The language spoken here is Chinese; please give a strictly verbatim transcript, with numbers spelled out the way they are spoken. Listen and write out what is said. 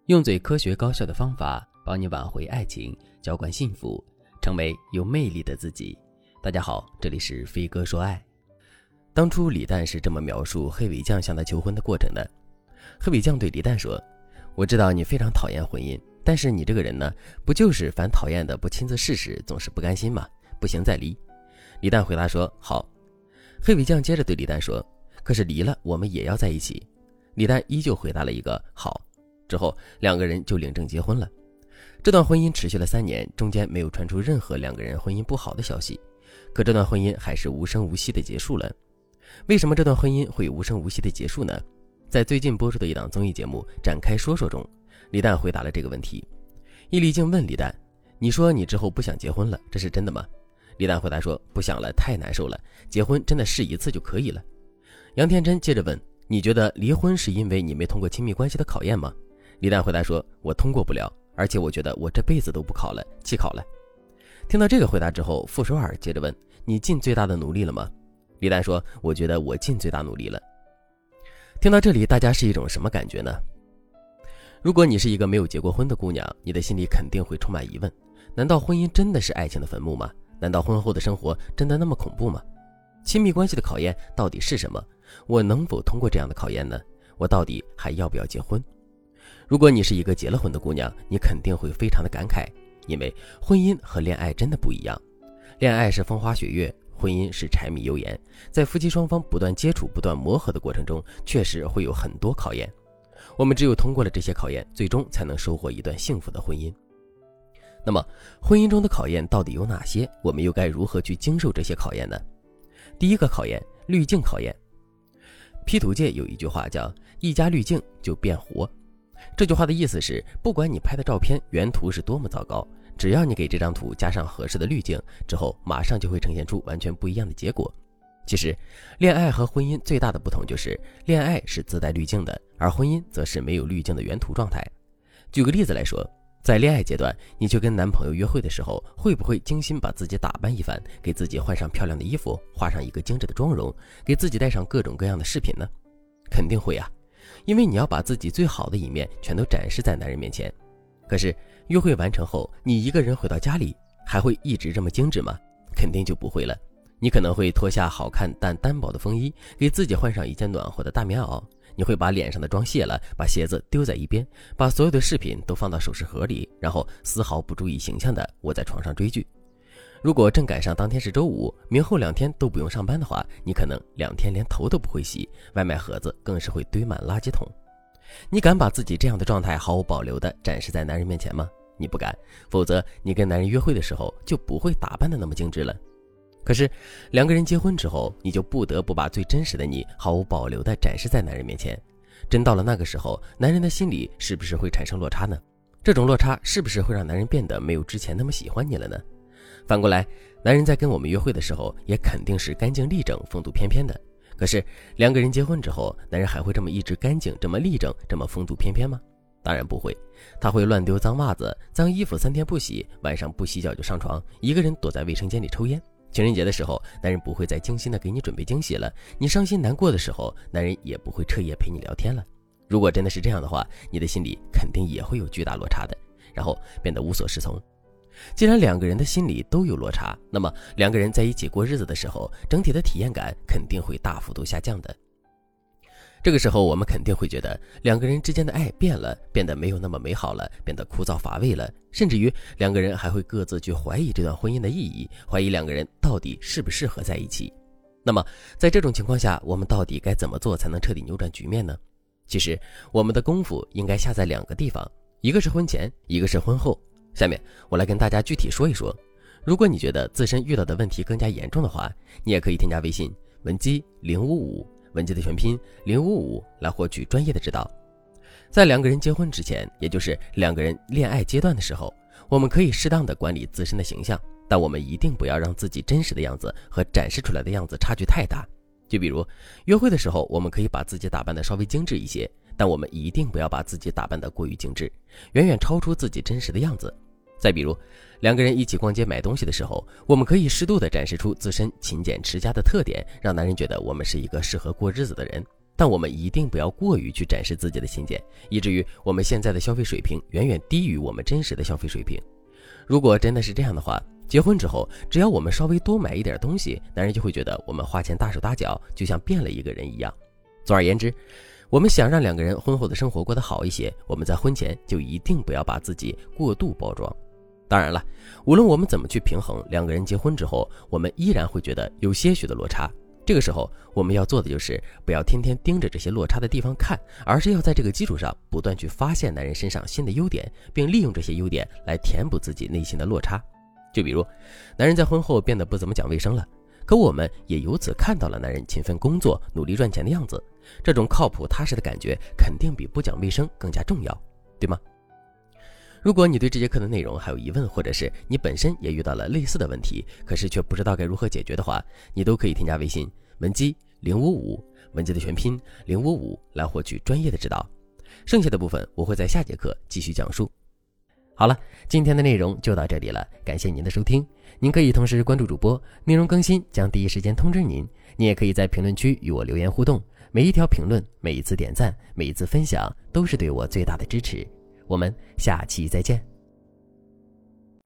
用最科学高效的方法帮你挽回爱情，浇灌幸福，成为有魅力的自己。大家好，这里是飞哥说爱。当初李诞是这么描述黑尾酱向他求婚的过程的。黑尾酱对李诞说，我知道你非常讨厌婚姻，但是你这个人呢，不就是凡讨厌的不亲自试试，总是不甘心吗？不行再离。李诞回答说，好。黑尾酱接着对李诞说，可是离了我们也要在一起。李诞依旧回答了一个好。之后两个人就领证结婚了。这段婚姻持续了三年，中间没有传出任何两个人婚姻不好的消息，可这段婚姻还是无声无息地结束了。为什么这段婚姻会无声无息地结束呢？在最近播出的一档综艺节目《展开说说》中，李诞回答了这个问题。易立竞问李诞，你说你之后不想结婚了，这是真的吗？李诞回答说，不想了，太难受了，结婚真的试一次就可以了。杨天真接着问，你觉得离婚是因为你没通过亲密关系的考验吗？李诞回答说，我通过不了，而且我觉得我这辈子都不考了，弃考了。听到这个回答之后，傅首尔接着问，你尽最大的努力了吗？李诞说，我觉得我尽最大努力了。听到这里，大家是一种什么感觉呢？如果你是一个没有结过婚的姑娘，你的心里肯定会充满疑问，难道婚姻真的是爱情的坟墓吗？难道婚后的生活真的那么恐怖吗？亲密关系的考验到底是什么？我能否通过这样的考验呢？我到底还要不要结婚？如果你是一个结了婚的姑娘，你肯定会非常的感慨，因为婚姻和恋爱真的不一样。恋爱是风花雪月，婚姻是柴米油盐，在夫妻双方不断接触不断磨合的过程中，确实会有很多考验。我们只有通过了这些考验，最终才能收获一段幸福的婚姻。那么婚姻中的考验到底有哪些？我们又该如何去经受这些考验呢？第一个考验，滤镜考验。P 图界有一句话叫一加滤镜就变活。这句话的意思是，不管你拍的照片原图是多么糟糕，只要你给这张图加上合适的滤镜之后，马上就会呈现出完全不一样的结果。其实恋爱和婚姻最大的不同就是，恋爱是自带滤镜的，而婚姻则是没有滤镜的原图状态。举个例子来说，在恋爱阶段，你去跟男朋友约会的时候，会不会精心把自己打扮一番，给自己换上漂亮的衣服，画上一个精致的妆容，给自己戴上各种各样的饰品呢？肯定会啊，因为你要把自己最好的一面全都展示在男人面前。可是约会完成后，你一个人回到家里，还会一直这么精致吗？肯定就不会了。你可能会脱下好看但单薄的风衣，给自己换上一件暖和的大棉袄，你会把脸上的妆卸了，把鞋子丢在一边，把所有的饰品都放到首饰盒里，然后丝毫不注意形象的窝在床上追剧。如果正赶上当天是周五，明后两天都不用上班的话，你可能两天连头都不会洗，外卖盒子更是会堆满垃圾桶。你敢把自己这样的状态毫无保留地展示在男人面前吗？你不敢，否则你跟男人约会的时候就不会打扮得那么精致了。可是两个人结婚之后，你就不得不把最真实的你毫无保留地展示在男人面前。真到了那个时候，男人的心里是不是会产生落差呢？这种落差是不是会让男人变得没有之前那么喜欢你了呢？反过来，男人在跟我们约会的时候也肯定是干净利整，风度翩翩的。可是两个人结婚之后，男人还会这么一直干净，这么利整，这么风度翩翩吗？当然不会，他会乱丢脏袜子，脏衣服三天不洗，晚上不洗脚就上床，一个人躲在卫生间里抽烟。情人节的时候，男人不会再精心的给你准备惊喜了，你伤心难过的时候，男人也不会彻夜陪你聊天了。如果真的是这样的话，你的心里肯定也会有巨大落差的，然后变得无所适从。既然两个人的心里都有落差，那么两个人在一起过日子的时候，整体的体验感肯定会大幅度下降的。这个时候我们肯定会觉得两个人之间的爱变了，变得没有那么美好了，变得枯燥乏味了，甚至于两个人还会各自去怀疑这段婚姻的意义，怀疑两个人到底适不适合在一起。那么在这种情况下，我们到底该怎么做才能彻底扭转局面呢？其实我们的功夫应该下在两个地方，一个是婚前，一个是婚后。下面我来跟大家具体说一说。如果你觉得自身遇到的问题更加严重的话，你也可以添加微信文姬零五五，文姬的全拼零五五，来获取专业的指导。在两个人结婚之前，也就是两个人恋爱阶段的时候，我们可以适当的管理自身的形象，但我们一定不要让自己真实的样子和展示出来的样子差距太大。就比如约会的时候，我们可以把自己打扮的稍微精致一些，但我们一定不要把自己打扮得过于精致，远远超出自己真实的样子。再比如两个人一起逛街买东西的时候，我们可以适度地展示出自身勤俭持家的特点，让男人觉得我们是一个适合过日子的人。 但我们一定不要过于去展示自己的勤俭，以至于我们现在的消费水平远远低于我们真实的消费水平。如果真的是这样的话，结婚之后只要我们稍微多买一点东西，男人就会觉得我们花钱大手大脚，就像变了一个人一样。总而言之，我们想让两个人婚后的生活过得好一些，我们在婚前就一定不要把自己过度包装。当然了，无论我们怎么去平衡，两个人结婚之后，我们依然会觉得有些许的落差。这个时候我们要做的就是不要天天盯着这些落差的地方看，而是要在这个基础上不断去发现男人身上新的优点，并利用这些优点来填补自己内心的落差。就比如男人在婚后变得不怎么讲卫生了，可我们也由此看到了男人勤奋工作努力赚钱的样子，这种靠谱踏实的感觉肯定比不讲卫生更加重要，对吗？如果你对这节课的内容还有疑问，或者是你本身也遇到了类似的问题，可是却不知道该如何解决的话，你都可以添加微信文姬零五五，文姬的全拼零五五，来获取专业的指导。剩下的部分我会在下节课继续讲述。好了，今天的内容就到这里了，感谢您的收听。您可以同时关注主播，内容更新将第一时间通知您。您也可以在评论区与我留言互动，每一条评论，每一次点赞，每一次分享，都是对我最大的支持。我们下期再见。